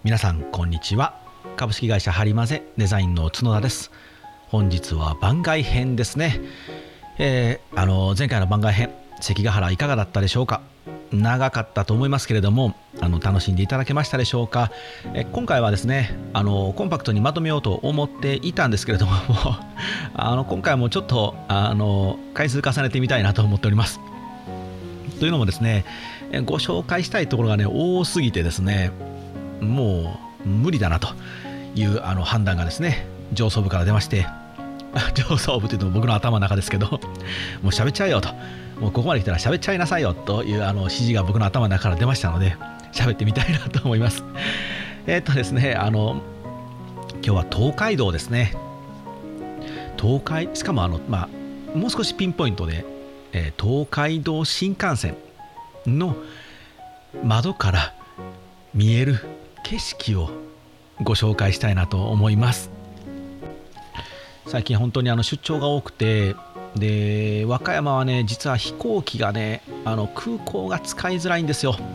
皆さんこんにちは。株式会社ハリマゼデザインの角田です。本日は番外編ですね。前回の番外編、関ヶ原いかがだったでしょうか。長かったと思いますけれども楽しんでいただけましたでしょうか。今回はですねコンパクトにまとめようと思っていたんですけれども今回もちょっと回数重ねてみたいなと思っております。というのもですね、ご紹介したいところがね多すぎてですね、もう無理だなという判断がですね上層部から出まして、上層部というと僕の頭の中ですけど、もう喋っちゃえよと、もうここまで来たら喋っちゃいなさいよという指示が僕の頭の中から出ましたので、喋ってみたいなと思います。ですね、今日は東海道ですね。しかももう少しピンポイントで、東海道新幹線の窓から見える景色をご紹介したいなと思います。最近本当に出張が多くて、で和歌山はね実は飛行機がね空港が使いづらいんですよ。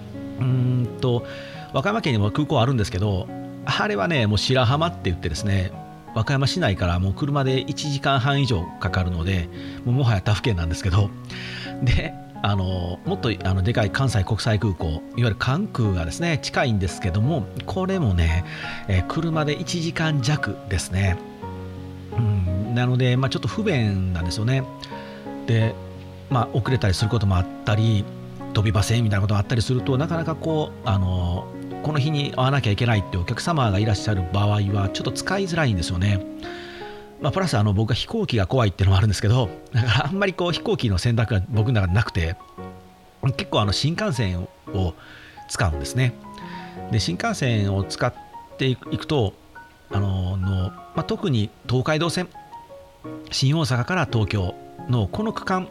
和歌山県にも空港あるんですけど、あれはねもう白浜って言ってですね、和歌山市内からもう車で1時間半以上かかるので、もはや他府県なんですけど、でもっとでかい関西国際空港、いわゆる関空がですね近いんですけども、これもね、車で1時間弱ですね。なので、ちょっと不便なんですよね。で、遅れたりすることもあったり、飛びバセみたいなことがあったりすると、なかなかこの日に会わなきゃいけないってお客様がいらっしゃる場合はちょっと使いづらいんですよね。プラス僕は飛行機が怖いっていうのもあるんですけど、だからあんまり飛行機の選択が僕の中でなくて、結構新幹線を使うんですね。で新幹線を使っていくと特に東海道線、新大阪から東京のこの区間、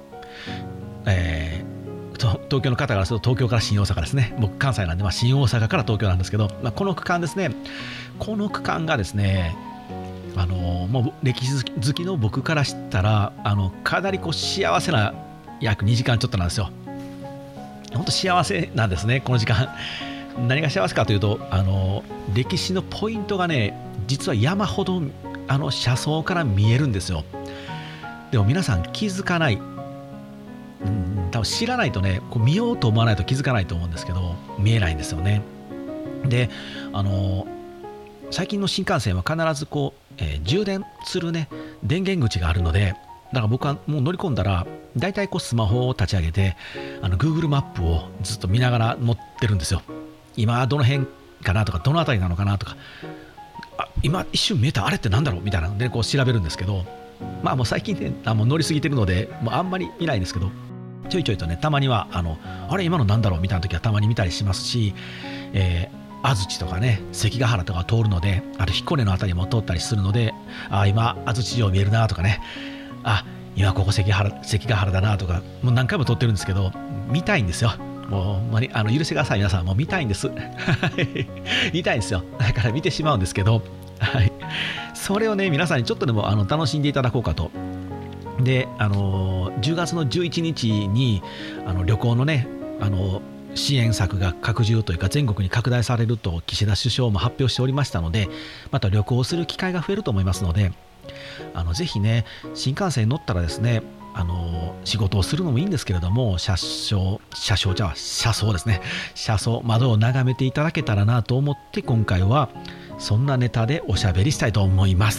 東京の方からすると東京から新大阪ですね。僕関西なんで、新大阪から東京なんですけど、この区間ですね。この区間がですねもう歴史好きの僕からしたらかなり幸せな約2時間ちょっとなんですよ。本当幸せなんですね、この時間。何が幸せかというと歴史のポイントがね実は山ほど車窓から見えるんですよ。でも皆さん気づかない、多分知らないとね見ようと思わないと気づかないと思うんですけど、見えないんですよね。で最近の新幹線は必ず充電するね電源口があるので、だから僕はもう乗り込んだらだいたいスマホを立ち上げてGoogle マップをずっと見ながら乗ってるんですよ。今どの辺かなとか、どの辺りなのかなとか、今一瞬見えたあれってなんだろうみたいなので調べるんですけど、もう最近ねもう乗りすぎてるのでもうあんまり見ないんですけど、ちょいちょいとねたまにはあれ今のなんだろうみたいな時はたまに見たりしますし、安土とかね関ヶ原とか通るので、あと彦根のあたりも通ったりするので、今安土城見えるなとかね、今ここ関ヶ原だなとか、もう何回も通ってるんですけど見たいんですよ。もう許してください皆さん、もう見たいんです見たいんですよ。だから見てしまうんですけど、それをね皆さんにちょっとでも楽しんでいただこうかと。で10月の11日に旅行のね支援策が拡充というか全国に拡大されると岸田首相も発表しておりましたので、また旅行する機会が増えると思いますので、ぜひね新幹線に乗ったらですね仕事をするのもいいんですけれども、車窓ですね、車窓窓を眺めていただけたらなと思って、今回はそんなネタでおしゃべりしたいと思います。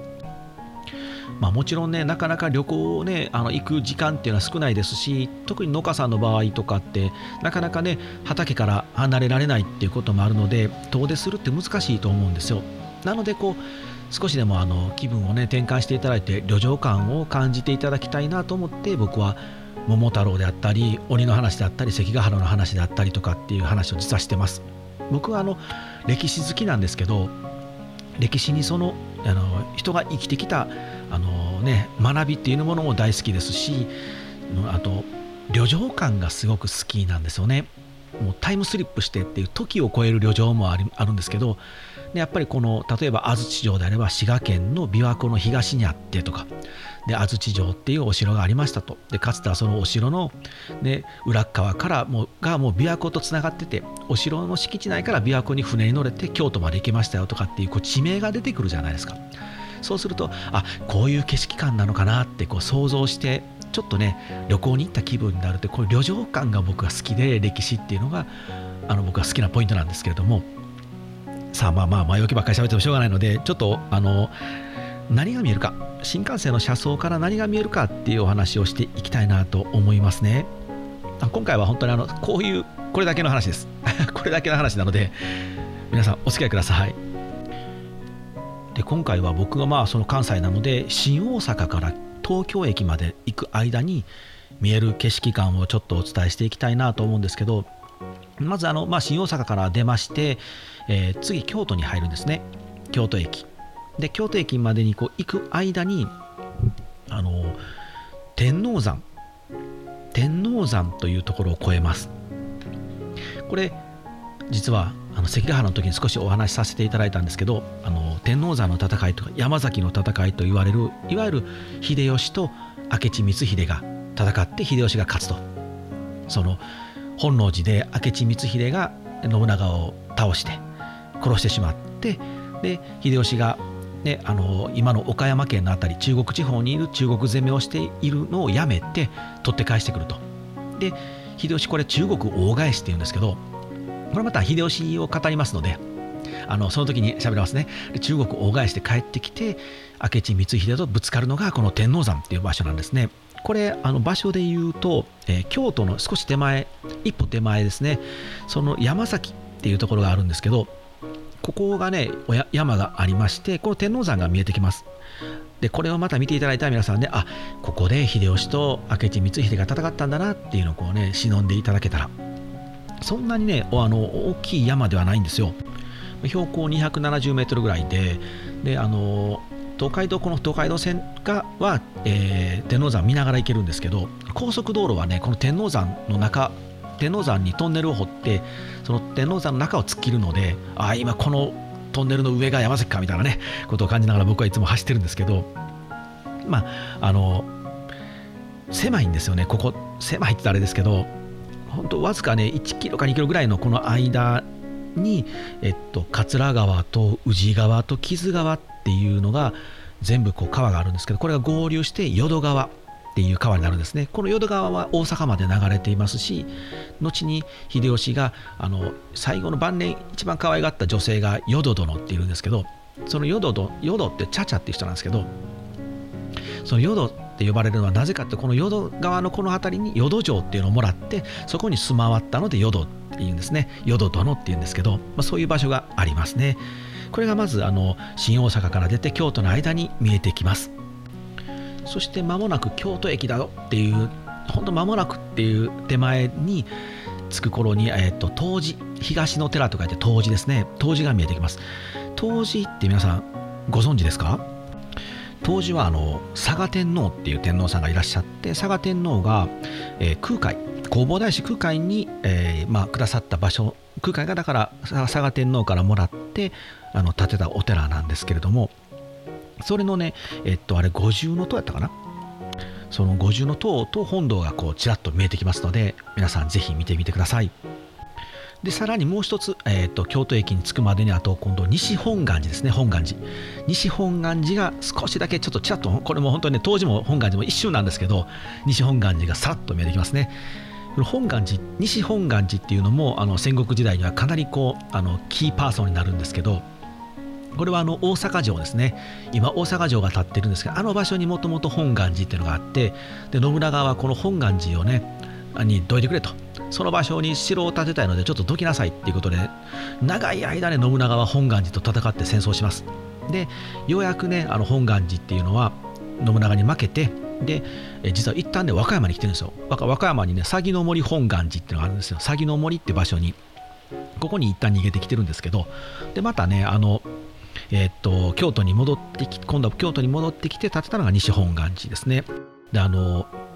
もちろんねなかなか旅行をね行く時間っていうのは少ないですし、特に農家さんの場合とかってなかなかね畑から離れられないっていうこともあるので、遠出するって難しいと思うんですよ。なので少しでも気分をね転換していただいて旅情感を感じていただきたいなと思って、僕は桃太郎であったり鬼の話であったり関ヶ原の話であったりとかっていう話を実はしてます。僕は歴史好きなんですけど、歴史に人が生きてきた学びっていうものも大好きですし、あと旅情感がすごく好きなんですよね。もうタイムスリップしてっていう時を超える旅情もあるんですけど、でやっぱり例えば安土城であれば滋賀県の琵琶湖の東にあってとかで安土城っていうお城がありましたと。でかつてはそのお城の、ね、裏側からもう琵琶湖とつながってて、お城の敷地内から琵琶湖に船に乗れて京都まで行けましたよとかっていう、地名が出てくるじゃないですか。そうするとこういう景色感なのかなって想像して、ちょっとね旅行に行った気分になるって、こういう旅情感が僕は好きで、歴史っていうのが僕は好きなポイントなんですけれども、さあ前置きばっかり喋ってもしょうがないので、ちょっと何が見えるか、新幹線の車窓から何が見えるかっていうお話をしていきたいなと思いますね。今回は本当にこれだけの話ですこれだけの話なので皆さんお付き合いください。で今回は僕がその関西なので、新大阪から東京駅まで行く間に見える景色感をちょっとお伝えしていきたいなと思うんですけど、まず新大阪から出まして、次京都に入るんですね。京都駅で、京都駅までに行く間に天王山というところを越えます。これ実は関ヶ原の時に少しお話しさせていただいたんですけど、天王山の戦いとか山崎の戦いと言われる、いわゆる秀吉と明智光秀が戦って秀吉が勝つと。その本能寺で明智光秀が信長を倒して殺してしまって、で秀吉が、ね、今の岡山県のあたり、中国地方にいる中国攻めをしているのをやめて取って返してくると。で秀吉、これ中国大返しっていうんですけど、これまた秀吉を語りますのでその時に喋りますね。で中国大返して帰ってきて明智光秀とぶつかるのがこの天王山っていう場所なんですね。これ場所で言うと、京都の少し手前、一歩手前ですね、その山崎っていうところがあるんですけど、ここがね山がありまして、この天王山が見えてきます。でこれをまた見ていただいた皆さんね、ここで秀吉と明智光秀が戦ったんだなっていうのを忍んでいただけたら、そんなにね大きい山ではないんですよ。標高270メートルぐらいで、この東海道線は、天王山見ながら行けるんですけど、高速道路はねこの天王山にトンネルを掘って、その天王山の中を突っ切るので、今このトンネルの上が山崎かみたいなねことを感じながら僕はいつも走ってるんですけど、狭いんですよね。ここ狭いってあれですけど、本当わずかね1キロか2キロぐらいのこの間に、桂川と宇治川と木津川っていうのが全部川があるんですけど、これが合流して淀川っていう川になるんですね。この淀川は大阪まで流れていますし、後に秀吉が最後の晩年一番可愛がった女性が淀殿っているんですけど、その淀ってチャチャっていう人なんですけど、その淀って呼ばれるのはなぜかって、この淀川のこの辺りに淀城っていうのをもらって、そこに住まわったので淀っていうんですね。淀殿っていうんですけど、そういう場所がありますね。これがまず新大阪から出て京都の間に見えてきます。そして間もなく京都駅だよっていう、本当間もなくっていう手前に着く頃に、東寺、東の寺と書いて東寺ですね。東寺が見えてきます。東寺って皆さんご存知ですか？当時は嵯峨天皇っていう天皇さんがいらっしゃって、嵯峨天皇が、空海、弘法大師空海に、くださった場所、空海がだから嵯峨天皇からもらって建てたお寺なんですけれども、それのねあれ五重塔やったかな。その五重塔と本堂がちらっと見えてきますので、皆さんぜひ見てみてください。でさらにもう一つ、京都駅に着くまでに、あと今度西本願寺ですね。西本願寺が少しだけちょっとちらっと、これも本当にね、当時も本願寺も一瞬なんですけど、西本願寺がさらっと見えてきますね。この西本願寺っていうのも戦国時代にはかなりキーパーソンになるんですけど、これは大阪城ですね。今大阪城が建ってるんですが、場所にもともと本願寺っていうのがあって、で信長はこの本願寺をねにどいてくれと、その場所に城を建てたいのでちょっとどきなさいっていうことで、長い間ね信長は本願寺と戦って戦争します。でようやくね本願寺っていうのは信長に負けて、で実は一旦ね和歌山に来てるんですよ。和歌山にね鷺の森本願寺っていうのがあるんですよ。鷺の森って場所に、ここに一旦逃げてきてるんですけど、でまたね京都に戻ってきて、今度は京都に戻ってきて建てたのが西本願寺ですね。で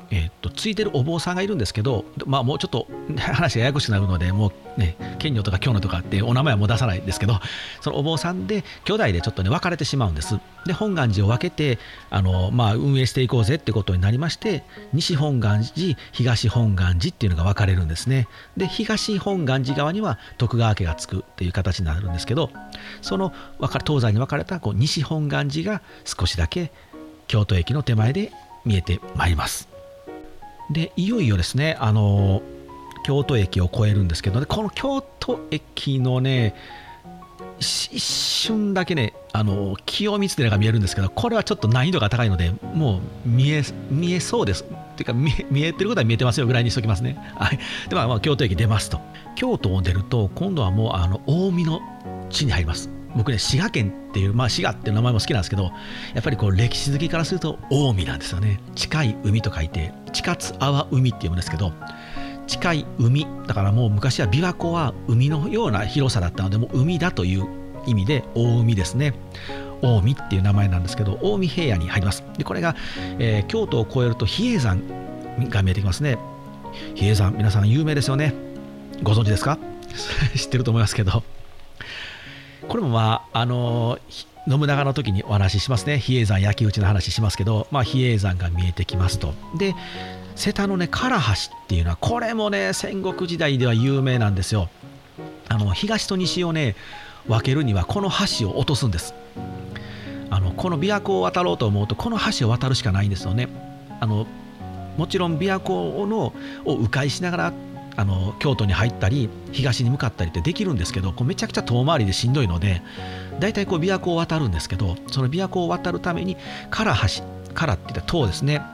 ついてるお坊さんがいるんですけど、もうちょっと話がややこしくなるので、もうね、賢女とか京女とかってお名前はもう出さないですけど、そのお坊さんで兄弟でちょっとね分かれてしまうんです。で本願寺を分けて運営していこうぜってことになりまして、西本願寺、東本願寺っていうのが分かれるんですね。で東本願寺側には徳川家がつくっていう形になるんですけど、その東西に分かれた西本願寺が少しだけ京都駅の手前で見えてまいります。でいよいよですね、京都駅を越えるんですけどね、この京都駅のね一瞬だけね清水寺が見えるんですけど、これはちょっと難易度が高いのでもう見えそうですっていうか見えてることは見えてますよぐらいにしときますね。はい、で京都駅出ますと、京都を出ると今度はもう近江の地に入ります。僕ね滋賀県っていう、滋賀っていう名前も好きなんですけど、やっぱり歴史好きからすると近江なんですよね。近い海と書いて近津阿波海っていうんですけど、近い海だからもう昔は琵琶湖は海のような広さだったので、もう海だという意味で大海ですね。大海っていう名前なんですけど、大海平野に入ります。でこれが、京都を越えると比叡山が見えてきますね。比叡山皆さん有名ですよね。ご存知ですか？知ってると思いますけど、これも信長の時にお話ししますね。比叡山焼き討ちの話しますけど、比叡山が見えてきますと。で瀬田のね唐橋っていうのはこれもね戦国時代では有名なんですよ。東と西をね分けるにはこの橋を落とすんです。この琵琶湖を渡ろうと思うとこの橋を渡るしかないんですよね。もちろん琵琶湖を迂回しながら京都に入ったり東に向かったりってできるんですけど、めちゃくちゃ遠回りでしんどいので、だいたい琵琶湖を渡るんですけど、その琵琶湖を渡るために唐橋、唐って言ったら唐ですね。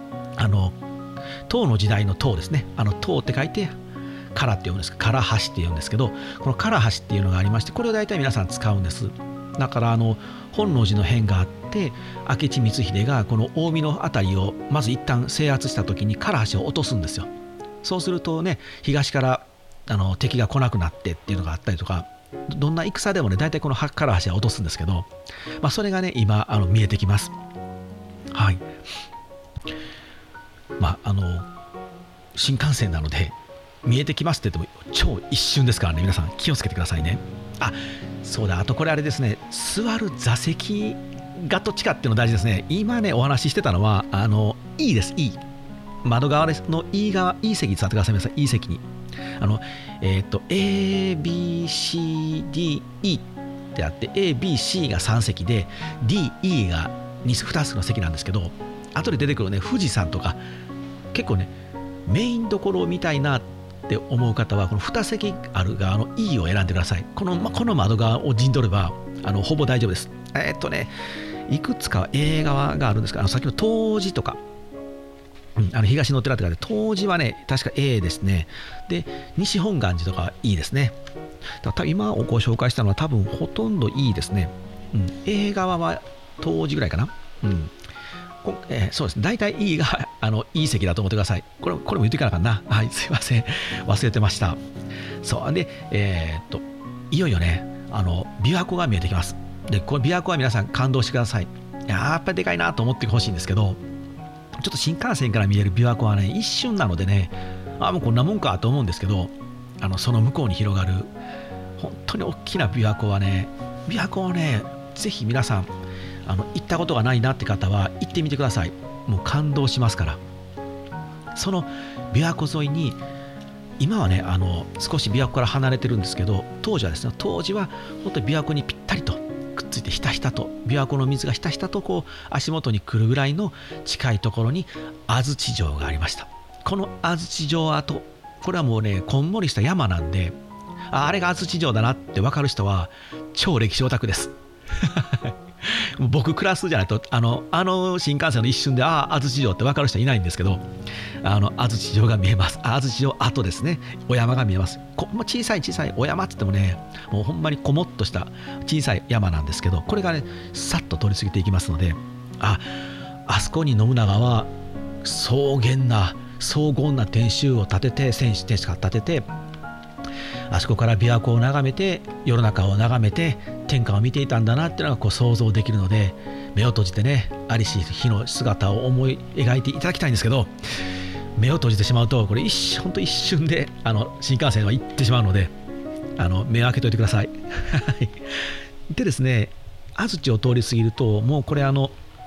唐の時代の唐ですね。唐って書いて唐って読むんですけど、唐橋って言うんですけど、この唐橋っていうのがありまして、これを大体皆さん使うんです。だから本能寺の変があって、明智光秀がこの近江の辺りをまず一旦制圧した時に唐橋を落とすんですよ。そうするとね東から敵が来なくなってっていうのがあったりとか、どんな戦でもね大体この唐橋は落とすんですけど、それがね今見えてきます。はい。新幹線なので見えてきますって言っても超一瞬ですからね、皆さん気をつけてくださいね。そうだ、あとこれあれですね、座る座席がどっちかっていうの大事ですね。今ねお話ししてたのはいいです、いい窓側の E 側、E 席に座ってください。皆さん E 席にABCDE ってあって、 ABC が3席で DE が2つの席なんですけど、後で出てくるね富士山とか結構ねメインどころを見たいなって思う方はこの2席ある側の E を選んでください。この窓側を陣取ればほぼ大丈夫です。いくつか A 側があるんですが、さっきの東寺とか東の寺とかで東寺はね確か A ですね。で西本願寺とかはいいですね。だから今ご紹介したのは多分ほとんどいいですね。A 側は東寺ぐらいかな。そうですね、大体 E がいい席だと思ってください。これも言っていかなあかんな。はい、すいません、忘れてました。そうでいよいよね琵琶湖が見えてきます。でこの琵琶湖は皆さん感動してください。やっぱりでかいなと思ってほしいんですけど、ちょっと新幹線から見える琵琶湖はね一瞬なのでね、もうこんなもんかと思うんですけど、その向こうに広がる本当に大きな琵琶湖はね、ぜひ皆さん行ったことがないなって方は行ってみてください。もう感動しますから。その琵琶湖沿いに今はね少し琵琶湖から離れてるんですけど、当時は本当に琵琶湖にぴったりとくっついてひたひたと琵琶湖の水がひたひたと足元に来るぐらいの近いところに安土城がありました。この安土城跡、これはもうねこんもりした山なんで、あれが安土城だなって分かる人は超歴史オタクです僕クラスじゃないと新幹線の一瞬で安土城って分かる人はいないんですけど、安土城が見えます。安土城跡ですね。お山が見えます。小さいお山って言ってもね、もうほんまにこもっとした小さい山なんですけど、これがねさっと通り過ぎていきますので、あそこに信長は荘厳な天守を建てて、天守が建てて、あそこから琵琶湖を眺めて、世の中を眺めて天下を見ていたんだなっていうのがこう想像できるので、目を閉じてね在りし日の姿を思い描いていただきたいんですけど、目を閉じてしまうとこれ本当一瞬で新幹線は行ってしまうので、目を開けといてくださいでですね、安土を通り過ぎるともうこれあっ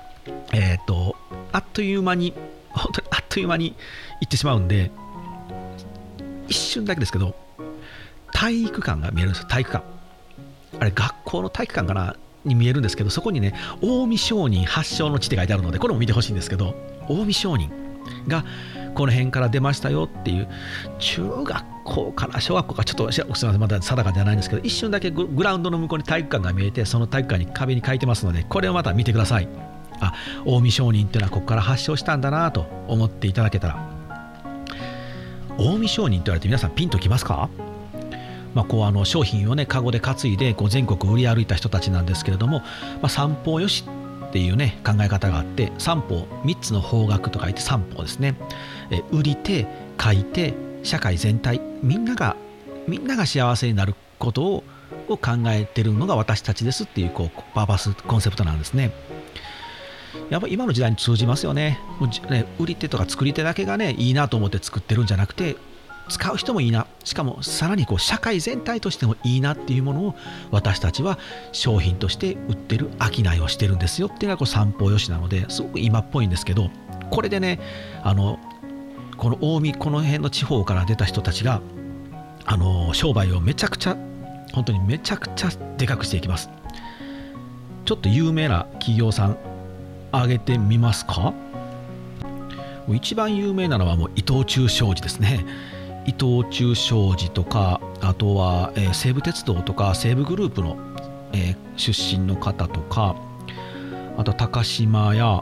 という間に本当にあっという間に行ってしまうんで、一瞬だけですけど体育館が見えるんですよ。体育館、あれ学校の体育館かなに見えるんですけど、そこにね近江商人発祥の地って書いてあるので、これも見てほしいんですけど、近江商人がこの辺から出ましたよっていう、中学校から小学校かちょっとすみませんまだ定かじゃないんですけど、一瞬だけグラウンドの向こうに体育館が見えて、その体育館に壁に書いてますので、これをまた見てください。近江商人っていうのはここから発祥したんだなと思っていただけたら。近江商人と言われて皆さんピンときますか？こう商品をねカゴで担いでこう全国売り歩いた人たちなんですけれども、三方よしっていうね考え方があって、三方3つの方角と書いて三方ですね。売り手買い手社会全体、みんなが幸せになることを考えてるのが私たちですっていうこうパーパスコンセプトなんですね。やっぱり今の時代に通じますよね。売り手とか作り手だけがねいいなと思って作ってるんじゃなくて、使う人もいいな、しかもさらにこう社会全体としてもいいなっていうものを私たちは商品として売ってる、商いをしてるんですよっていうのがこう三方よしなので、すごく今っぽいんですけど、これでねこの近江この辺の地方から出た人たちが商売を本当にめちゃくちゃでかくしていきます。ちょっと有名な企業さん挙げてみますか？一番有名なのはもう伊藤忠商事ですね。伊藤忠商事とか、あとは、西武鉄道とか西武グループの、出身の方とか、あと高島や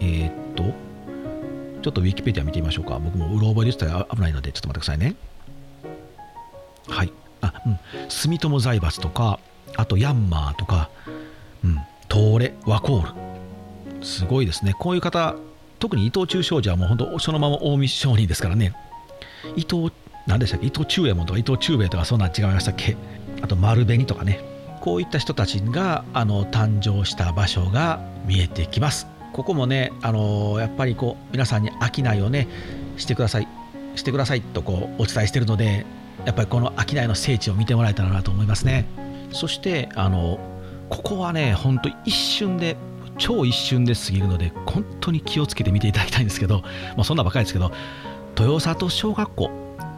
ちょっとウィキペディア見てみましょうか。僕もうろ覚えでしたら危ないのでちょっと待ってくださいね。はい、住友財閥とか、あとヤンマーとか、東レワコール、すごいですね。こういう方、特に伊藤忠商事はもう本当そのまま近江商人ですからね。何でしたっけ、伊藤忠右衛門とか伊藤忠兵衛とかそんなん違いましたっけ。あと丸紅とかね、こういった人たちが誕生した場所が見えてきます。ここもねやっぱりこう皆さんに商いをねしてくださいとこうお伝えしているので、やっぱりこの商いの聖地を見てもらえたらなと思いますね。そしてここはね本当超一瞬で過ぎるので、本当に気をつけて見ていただきたいんですけど、そんなばかりですけど、豊里小学校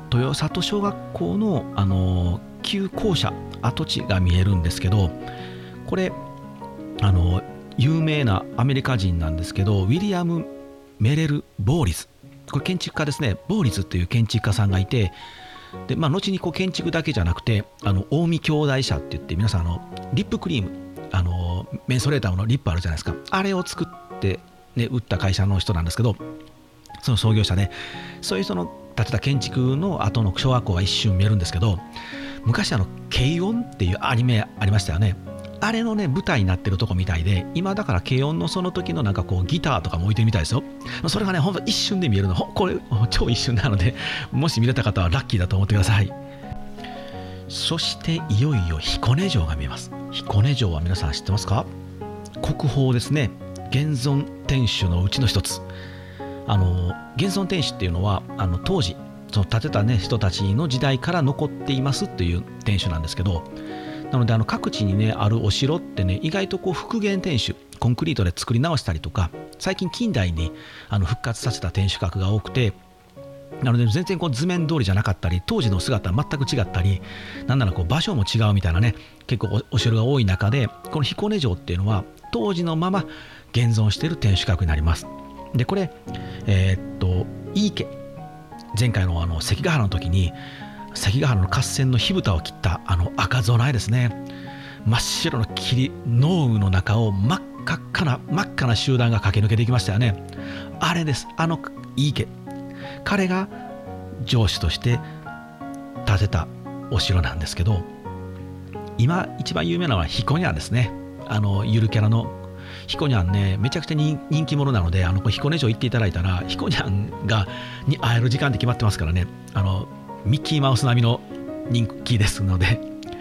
の旧校舎跡地が見えるんですけど、これ有名なアメリカ人なんですけど、ウィリアム・メレル・ボーリズ、これ建築家ですね。ボーリズっていう建築家さんがいて、で後にこう建築だけじゃなくて近江兄弟社って言って、皆さんリップクリームメンソレーターのリップあるじゃないですか、あれを作って、ね、売った会社の人なんですけど、その創業者で、そういう建てた建築の後の小学校が一瞬見えるんですけど、昔軽音っていうアニメありましたよね。あれのね舞台になってるとこみたいで、今だから軽音のその時のなんかこうギターとかも置いてるみたいですよ。それがねほんと一瞬で見えるの、これ超一瞬なので、もし見れた方はラッキーだと思ってください。そしていよいよ彦根城が見えます。彦根城は皆さん知ってますか？国宝ですね。現存天守のうちの一つ。現存天守っていうのは当時その建てた、ね、人たちの時代から残っていますっていう天守なんですけど、なので各地にねあるお城ってね、意外とこう復元天守、コンクリートで作り直したりとか、最近近代に復活させた天守閣が多くて、なので全然こう図面通りじゃなかったり、当時の姿は全く違ったり、なんならこう場所も違うみたいなね、結構 お城が多い中で、この彦根城っていうのは当時のまま現存している天守閣になります。でこれ井伊家、前回の関ヶ原の時に関ヶ原の合戦の火蓋を切った赤備えですね。真っ白の濃霧の中を真っ赤な集団が駆け抜けていきましたよね。あれです。井伊家、彼が城主として建てたお城なんですけど、今一番有名なのはひこにゃんですね。ゆるキャラのひこにゃんね、めちゃくちゃ人気者なので、彦根城行っていただいたらひこにゃんに会える時間って決まってますからね。ミッキーマウス並みの人気ですので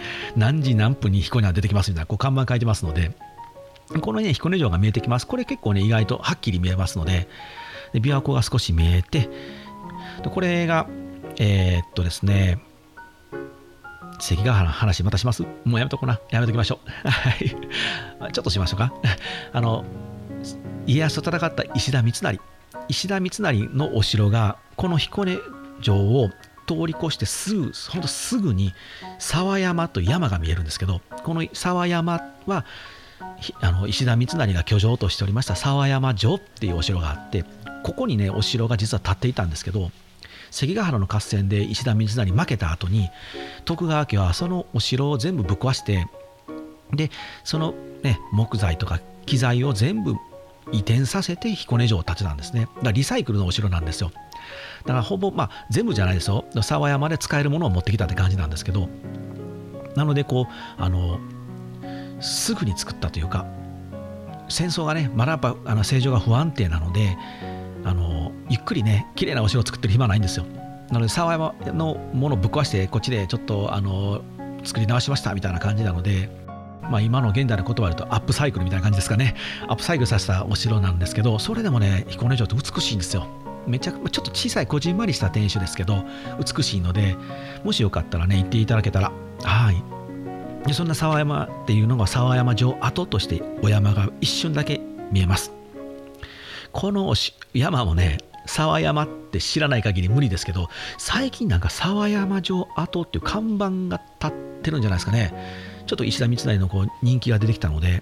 何時何分に彦根は出てきますみたいなこう看板書いてますので、このね彦根城が見えてきます。これ結構ね意外とはっきり見えますので、で琵琶湖が少し見えて、でこれがですね、関ヶ原の話またします？もうやめとこうな。やめときましょう。はい。ちょっとしましょうか。家康と戦った石田三成。石田三成のお城が、この彦根城を通り越してほんとすぐに沢山という山が見えるんですけど、この沢山は、石田三成が居城としておりました沢山城っていうお城があって、ここにね、お城が実は建っていたんですけど、関ヶ原の合戦で石田三成負けた後に徳川家はそのお城を全部ぶっ壊して、でその、ね、木材とか機材を全部移転させて彦根城を建てたんですね。だからリサイクルのお城なんですよ。だからほぼ、全部じゃないですよ、沢山で使えるものを持ってきたって感じなんですけど、なのでこうすぐに作ったというか、戦争がねまだやっぱ政情が不安定なので、ゆっくりね綺麗なお城を作ってる暇はないんですよ。なので沢山のものをぶっ壊してこっちでちょっと作り直しましたみたいな感じなので、今の現代の言葉で言うとアップサイクルみたいな感じですかね。アップサイクルさせたお城なんですけど、それでもね彦根城って美しいんですよ。ちょっと小さいこじんまりした天守ですけど美しいので、もしよかったらね行っていただけたら。はい。でそんな沢山っていうのが沢山城跡としてお山が一瞬だけ見えます。この山もね沢山って知らない限り無理ですけど、最近なんか沢山城跡っていう看板が立ってるんじゃないですかね。ちょっと石田三成のこう人気が出てきたので、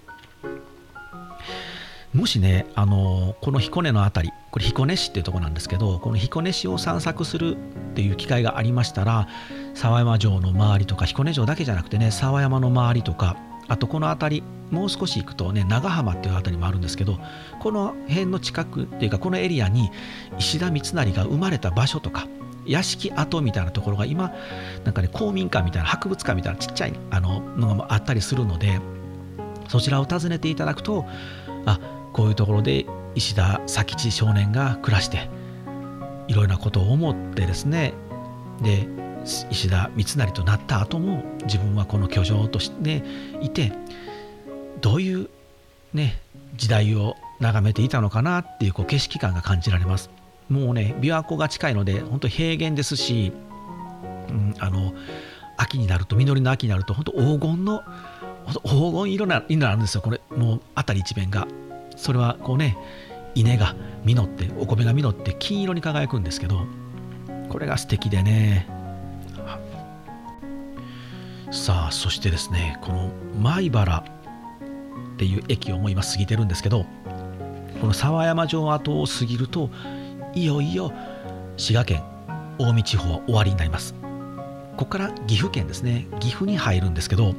もしねこの彦根のあたり、これ彦根市っていうところなんですけど、この彦根市を散策するっていう機会がありましたら、沢山城の周りとか彦根城だけじゃなくてね、沢山の周りとか、あとこの辺りもう少し行くとね長浜っていう辺りもあるんですけど、この辺の近くっていうかこのエリアに石田三成が生まれた場所とか屋敷跡みたいなところが今なんかね公民館みたいな博物館みたいなちっちゃいのがあったりするので、そちらを訪ねていただくと、こういうところで石田佐吉少年が暮らしていろいろなことを思ってですね、で石田三成となった後も自分はこの居城としていて、どういうね時代を眺めていたのかなっていう景色感が感じられます。もうね琵琶湖が近いので本当平原ですし、秋になると、実りの秋になると本当黄金色になるんですよ。これもう辺り一面が、それはこうね稲が実ってお米が実って金色に輝くんですけど、これが素敵でね。さあそしてですね、この米原っていう駅をもう今過ぎてるんですけど、この沢山城跡を過ぎるといよいよ滋賀県近江地方は終わりになります。ここから岐阜県ですね、岐阜に入るんですけど、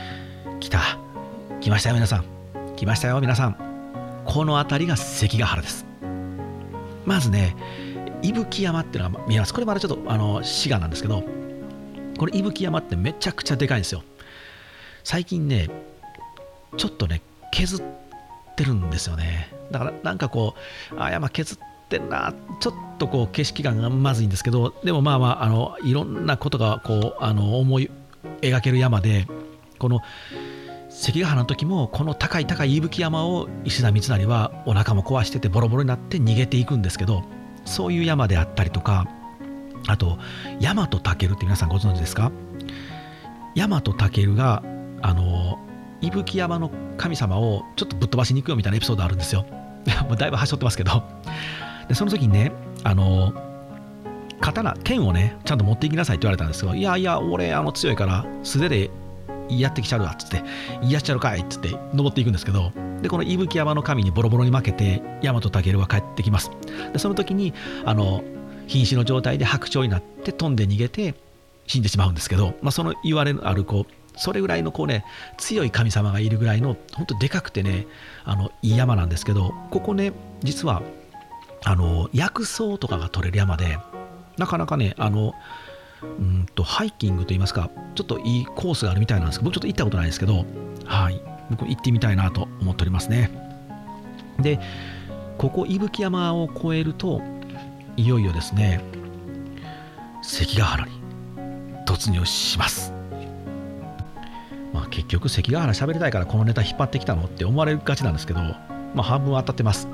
来ましたよ皆さん、来ましたよ皆さん。この辺りが関ヶ原です。まずね伊吹山っていうのが見えます。これまだちょっと滋賀なんですけど、これ伊吹山ってめちゃくちゃでかいんですよ。最近ねちょっとね削ってるんですよね。だからなんかこう山削ってんな、ちょっとこう景色感がまずいんですけど、でもいろんなことがこう思い描ける山で、この関ヶ原の時もこの高い伊吹山を石田三成はお腹も壊しててボロボロになって逃げていくんですけど、そういう山であったりとか、あと大和武って皆さんご存知ですか？大和武が伊吹山の神様をちょっとぶっ飛ばしに行くよみたいなエピソードあるんですよ。もうだいぶ端折ってますけど、でその時にね剣をねちゃんと持っていきなさいって言われたんですけど、いや俺強いから素手でやってきちゃうわっつって、やっちゃうかいっつって登っていくんですけど、でこの伊吹山の神にボロボロに負けて大和武は帰ってきます。でその時に瀕死の状態で白鳥になって飛んで逃げて死んでしまうんですけど、その言われのあるそれぐらいの強い神様がいるぐらいの本当でかくてねいい山なんですけど、ここね実は薬草とかが取れる山で、なかなかねハイキングといいますかちょっといいコースがあるみたいなんですけど、僕ちょっと行ったことないんですけど、はい僕行ってみたいなと思っておりますね。でここ伊吹山を越えるといよいよですね関ヶ原に突入します。 結局関ヶ原喋りたいからこのネタ引っ張ってきたのって思われがちなんですけど、半分当たってます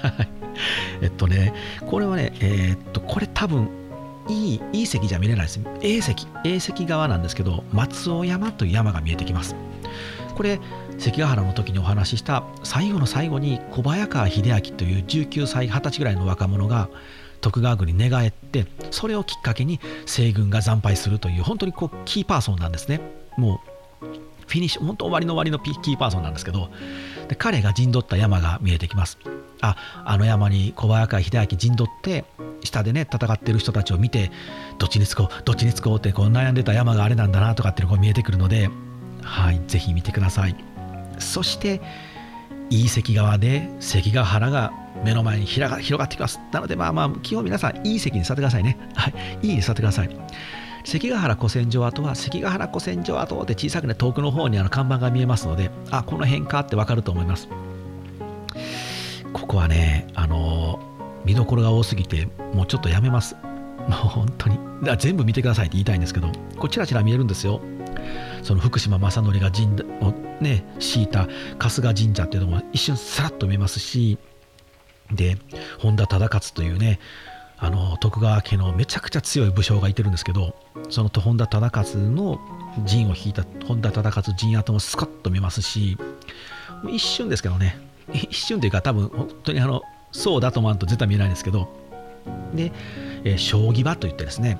これはねこれ多分いい席じゃ見れないです。A 席側なんですけど、松尾山という山が見えてきます。これ関ヶ原の時にお話しした最後の最後に小早川秀明という19歳20歳ぐらいの若者が徳川軍に寝返って、それをきっかけに西軍が惨敗するという本当にキーパーソンなんですね。もうフィニッシュ、本当終わりの終わりのキーパーソンなんですけど、で彼が陣取った山が見えてきます。あの山に小早川秀明陣取って下でね戦ってる人たちを見て、どっちにつこうって悩んでた山があれなんだなとかっていうのが見えてくるので、ぜひ見てください。そしていい関側で関ヶ原が目の前に広がってきます。なので基本皆さんいい席に座ってくださいね。いいに座ってください。関ヶ原古戦場跡は関ヶ原古戦場跡って小さくね遠くの方に看板が見えますので、この辺かってわかると思います。ここはね見どころが多すぎてもうちょっとやめます。もう本当に全部見てくださいって言いたいんですけど、ちらちら見えるんですよ。その福島正則が陣をね敷いた春日神社っていうのも一瞬さらっと見えますし、で本田忠勝というね徳川家のめちゃくちゃ強い武将がいてるんですけど、その本田忠勝の陣を引いた本田忠勝陣跡もスカッと見えますし、一瞬ですけどね、一瞬というか多分本当にそうだと思わんと絶対見えないんですけど、で、将棋場といってですね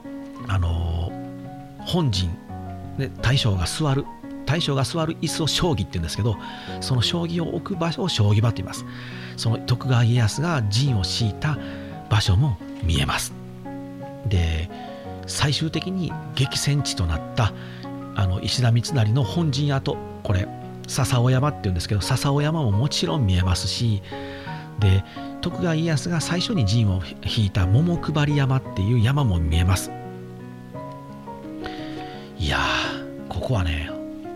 本陣で大将が座る椅子を将棋って言うんですけど、その将棋を置く場所を将棋場と言います。その徳川家康が陣を敷いた場所も見えます。で最終的に激戦地となった石田三成の本陣跡、これ笹尾山って言うんですけど、笹尾山ももちろん見えますし、で徳川家康が最初に陣を引いた桃配山っていう山も見えます。いやーここはね、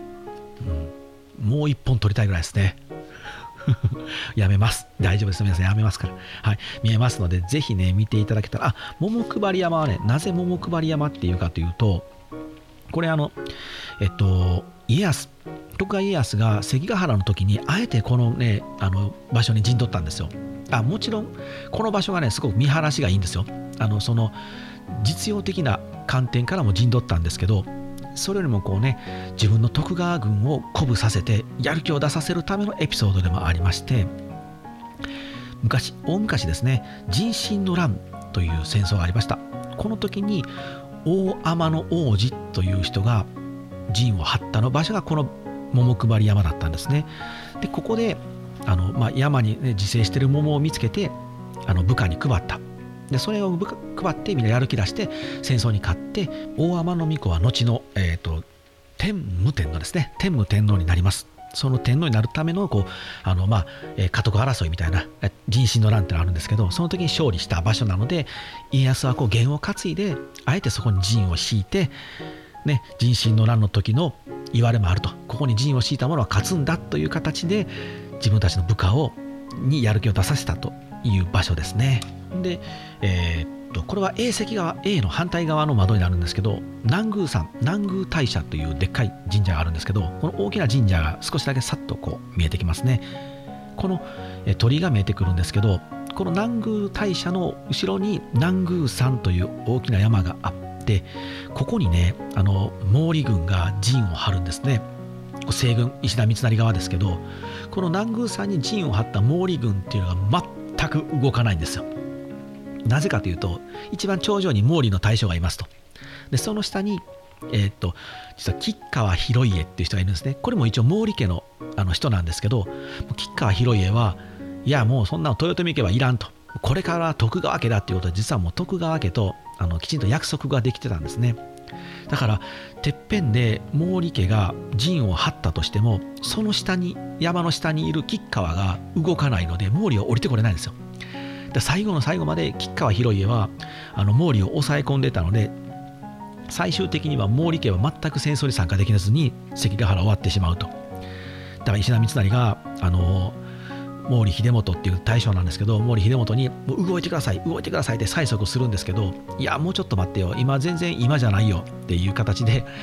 もう一本取りたいぐらいですねやめます。大丈夫です。皆さんやめますから。見えますのでぜひね見ていただけたら。桃配山はね、なぜ桃配山っていうかというと、これ徳川家康が関ヶ原の時にあえてこのね場所に陣取ったんですよ。もちろんこの場所がねすごく見晴らしがいいんですよ。その実用的な観点からも陣取ったんですけど、それよりも自分の徳川軍を鼓舞させてやる気を出させるためのエピソードでもありまして、大昔ですね、壬申の乱という戦争がありました。この時に大天の王子という人が陣を張った場所がこの桃配山だったんですね。でここで山に、自生している桃を見つけて部下に配った。でそれを配ってみんなやる気出して戦争に勝って、大天皇子は後の、天武天皇ですね、天武天皇になります。その天皇になるための家督争いみたいな壬申の乱ってのがあるんですけど、その時に勝利した場所なので、家康は弦を担いであえてそこに陣を敷いて、壬申の乱の時の言われもあると、ここに陣を敷いた者は勝つんだという形で自分たちの部下にやる気を出させたという場所ですね。で、これは A 席側 A の反対側の窓になるんですけど、南宮山南宮大社というでっかい神社があるんですけど、この大きな神社が少しだけさっと見えてきますね。この鳥居が見えてくるんですけど、この南宮大社の後ろに南宮山という大きな山があって、ここにね毛利軍が陣を張るんですね。西軍石田三成側ですけど、この南宮山に陣を張った毛利軍っていうのが全く動かないんですよ。なぜかというと、一番頂上に毛利の大将がいますと。でその下に実は吉川広家っていう人がいるんですね。これも一応毛利家の人なんですけど、吉川広家はいやもうそんなの豊臣家はいらんと、これから徳川家だっていうことで、実はもう徳川家ときちんと約束ができてたんですね。だからてっぺんで毛利家が陣を張ったとしても、その下に山の下にいる吉川が動かないので毛利は降りてこれないんですよ。で最後の最後まで吉川広家は毛利を抑え込んでたので、最終的には毛利家は全く戦争に参加できずに関ヶ原終わってしまうと。だから石田三成が毛利秀元っていう大将なんですけど、毛利秀元にもう動いてくださいって催促するんですけど、いやもうちょっと待ってよ、全然今じゃないよっていう形で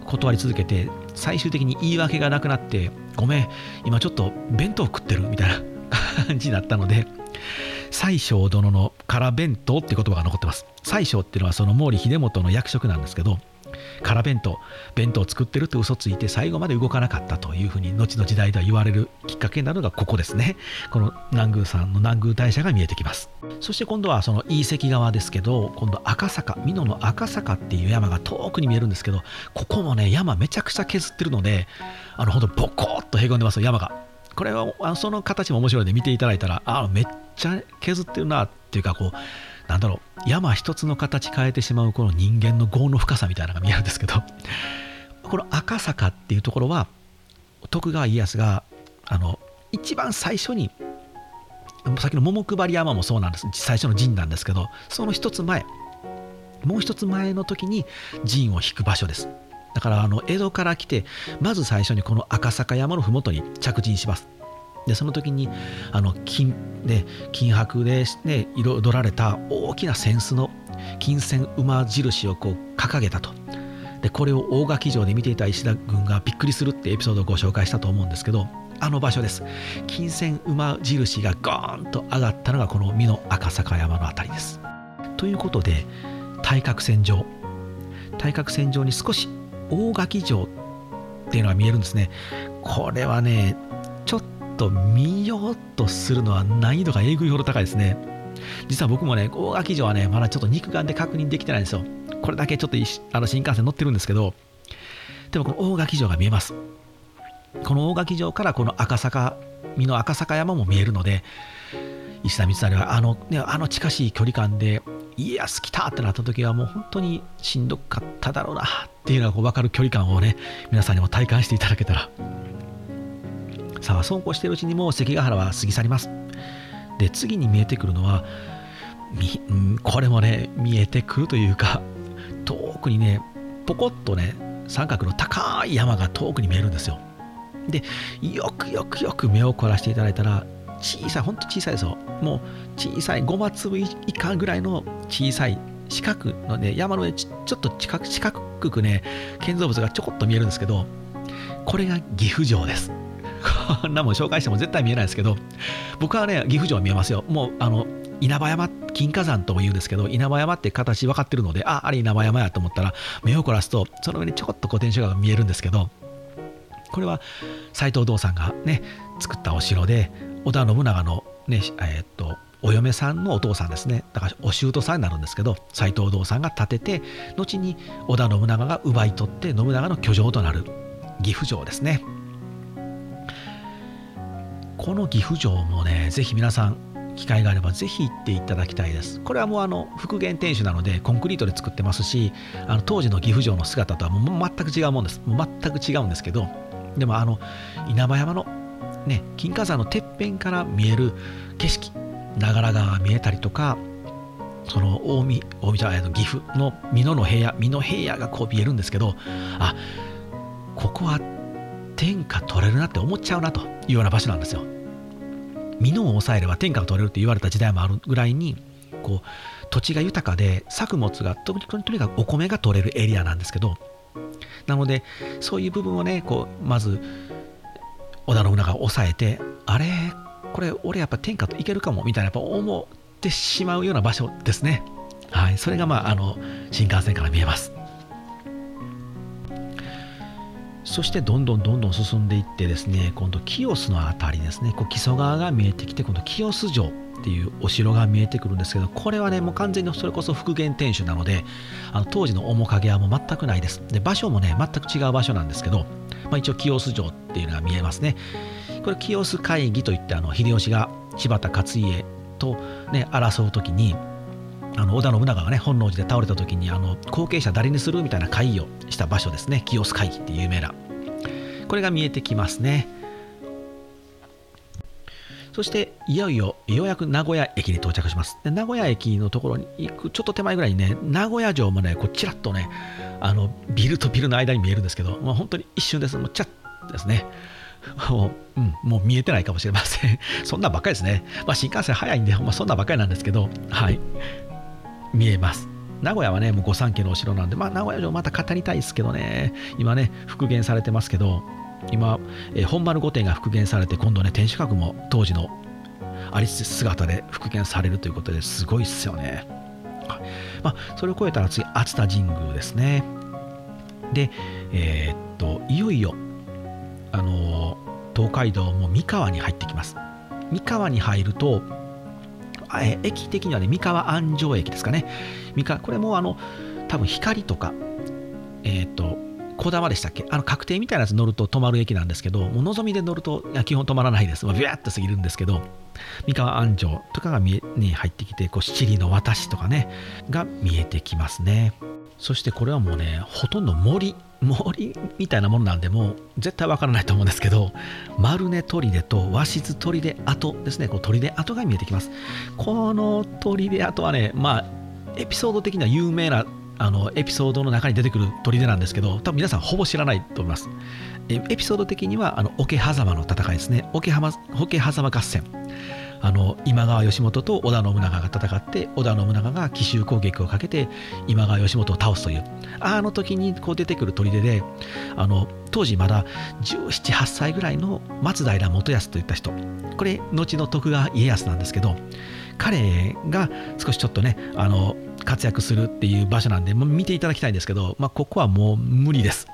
断り続けて、最終的に言い訳がなくなって、ごめん今ちょっと弁当食ってるみたいな感じになったので、西庄殿の空弁当って言葉が残ってます。西庄っていうのはその毛利秀元の役職なんですけど、空弁当を作ってるって嘘ついて最後まで動かなかったというふうに後の時代では言われるきっかけになるのがここですね。この南宮山の南宮大社が見えてきます。そして今度はその飯関側ですけど、今度赤坂、美濃の赤坂っていう山が遠くに見えるんですけど、ここもね山めちゃくちゃ削ってるので、ほんとボコッとへこんでますよ山が。これはその形も面白いので見ていただいたら、めっちゃ削ってるなっていうか、こうなんだろう、山一つの形変えてしまうこの人間の業の深さみたいなのが見えるんですけど、この赤坂っていうところは徳川家康が一番最初に、先の桃配山もそうなんです、最初の陣なんですけど、その一つ前、もう一つ前の時に陣を引く場所です。だから江戸から来てまず最初にこの赤坂山の麓に着陣します。でその時に金箔で、ね、彩られた大きな扇子の金線馬印をこう掲げたと。でこれを大垣城で見ていた石田軍がびっくりするってエピソードをご紹介したと思うんですけど、場所です。金線馬印がゴーンと上がったのがこの美濃赤坂山のあたりです。ということで対角線上に少し大垣城っていうのが見えるんですね。これはねちょっと見ようとするのは難易度がえぐいほど高いですね。実は僕もね大垣城はねまだちょっと肉眼で確認できてないんですよ。これだけちょっと新幹線乗ってるんですけど、でもこの大垣城が見えます。この大垣城からこの美濃赤坂山も見えるので、石田三成は近しい距離感で家康来たってなった時はもう本当にしんどかっただろうなっていうのが分かる距離感をね、皆さんにも体感していただけたら。さあそうこうしているうちにもう関ヶ原は過ぎ去ります。で次に見えてくるのはこれもね見えてくるというか、遠くにねポコッとね三角の高い山が遠くに見えるんですよ。でよく目を凝らしていただいたら、ほんと小さいですよ。もう小さいゴマ粒以下ぐらいの小さい四角のね山の上ちょっと四角くね建造物がちょこっと見えるんですけど、これが岐阜城です。こんなもん紹介しても絶対見えないですけど、僕はね岐阜城は見えますよ。もう稲葉山、金華山とも言うんですけど、稲葉山って形分かってるので、あれ稲葉山やと思ったら目を凝らすとその上にちょこっと天守閣が見えるんですけど、これは斎藤道三がね作ったお城で、織田信長のねお嫁さんのお父さんですね。だからお舅さんになるんですけど、斎藤道三が建てて、後に織田信長が奪い取って信長の居城となる岐阜城ですね。この岐阜城もねぜひ皆さん機会があればぜひ行っていただきたいです。これはもう復元天守なのでコンクリートで作ってますし、当時の岐阜城の姿とはもう全く違うもんです。もう全く違うんですけど、でも稲葉山のね金華山のてっぺんから見える景色、長良川が見えたりとか、その岐阜の美濃平野がこう見えるんですけど、ここは天下取れるなって思っちゃうなというような場所なんですよ。美濃を抑えれば天下が取れるって言われた時代もあるぐらいに、こう土地が豊かで作物がとにかくお米が取れるエリアなんですけど、なのでそういう部分をねまず織田信長が抑えて、これ俺やっぱ天下といけるかもみたいな思ってしまうような場所ですね。はい、それが新幹線から見えます。そしてどんどん進んでいってですね、今度清須のあたりですね、木曽川が見えてきて、今度清須城っていうお城が見えてくるんですけど、これはねもう完全にそれこそ復元天守なので、当時の面影はもう全くないです。で場所もね全く違う場所なんですけど、一応清須城っていうのが見えますね。これ清須会議といって、秀吉が柴田勝家とね争う時に、織田信長がね本能寺で倒れた時に後継者誰にするみたいな会議をした場所ですね。清須会議っていう有名な、これが見えてきますね。そしてようやく名古屋駅に到着します。で名古屋駅のところに行くちょっと手前ぐらいにね、名古屋城もねちらっとねビルとビルの間に見えるんですけど、本当に一瞬です。もうチャッですね。もう見えてないかもしれません。そんなんばっかりですね。新幹線早いんでそんなんばっかりなんですけど、はい見えます。 名古屋はねもう御三家のお城なんで、名古屋城また語りたいですけどね、今ね復元されてますけど、今、本丸御殿が復元されて、今度ね天守閣も当時のあり姿で復元されるということですごいっすよね。それを超えたら次熱田神宮ですね。でいよいよ東海道も三河に入ってきます。三河に入ると駅的にはね三河安城駅ですかね。これも多分光とかこだまでしたっけ、確定みたいなやつ乗ると止まる駅なんですけど、もうのぞみで乗ると基本止まらないです。ビューッと過ぎるんですけど、三河安城とかがに入ってきて、七里の渡しとかねが見えてきますね。そしてこれはもうねほとんど森みたいなものなんで、もう絶対わからないと思うんですけど、丸根砦と鷲津砦跡ですね。砦跡が見えてきます。この砦跡はね、エピソード的には有名なエピソードの中に出てくる砦なんですけど、多分皆さんほぼ知らないと思います。エピソード的には桶狭間の戦いですね。桶狭間合戦、今川義元と織田信長が戦って、織田信長が奇襲攻撃をかけて今川義元を倒すという、時に出てくる砦で、当時まだ17、8歳ぐらいの松平元康といった人、これ後の徳川家康なんですけど、彼が少しちょっとね活躍するっていう場所なんで、見ていただきたいんですけど、ここはもう無理です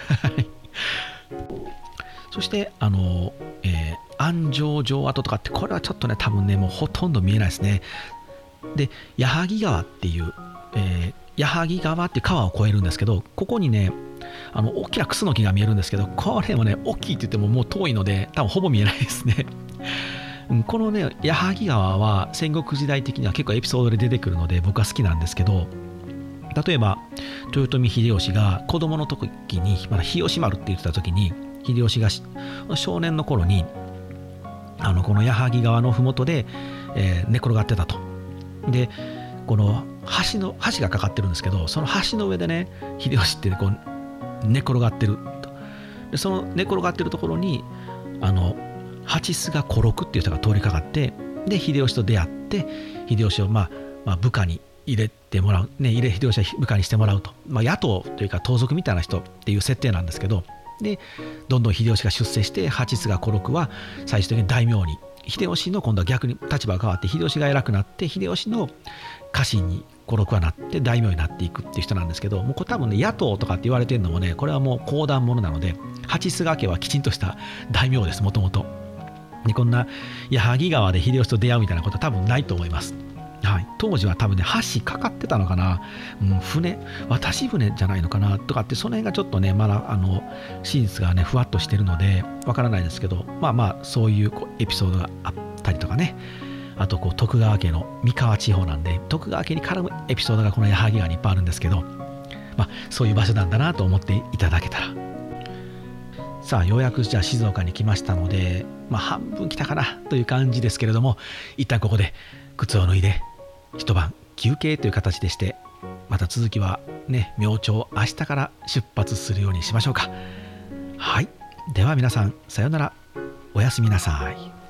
そして安城城跡とかって、これはちょっとね多分ねもうほとんど見えないですね。で矢作川っていう、矢作川っていう川を越えるんですけど、ここにね大きなクスノキが見えるんですけど、これもね大きいって言ってももう遠いので多分ほぼ見えないですねこのね矢作川は戦国時代的には結構エピソードで出てくるので僕は好きなんですけど、例えば豊臣秀吉が子供の時にまだ日吉丸って言ってた時に、秀吉が少年の頃にこの矢作川の麓で、寝転がってたと。でこの橋がかかってるんですけど、その橋の上でね秀吉って寝転がってると。でその寝転がってるところに八須賀小六っていう人が通りかかって、で秀吉と出会って、秀吉を部下に入れてもらう、秀吉は部下にしてもらうと、野党というか盗賊みたいな人っていう設定なんですけど、でどんどん秀吉が出世して、八須賀小六は最終的に大名に、秀吉の今度は逆に立場が変わって、秀吉が偉くなって、秀吉の家臣に小六はなって大名になっていくっていう人なんですけど、もうこれ多分ね野党とかって言われてるのもね、これはもう講談ものなので、八須賀家はきちんとした大名です、もともと。でこんな矢作川で秀吉と出会うみたいなことは多分ないと思います。当時は多分ね橋かかってたのかな、渡し船じゃないのかなとかって、その辺がちょっとねまだ史実がねふわっとしてるのでわからないですけど、そういうエピソードがあったりとかね、あと徳川家の三河地方なんで、徳川家に絡むエピソードがこの矢作川にいっぱいあるんですけど、そういう場所なんだなと思っていただけたら。さあようやくじゃあ静岡に来ましたので、半分来たかなという感じですけれども、一旦ここで靴を脱いで一晩休憩という形でして、また続きはね明朝明日から出発するようにしましょうか。では皆さんさようなら、おやすみなさい。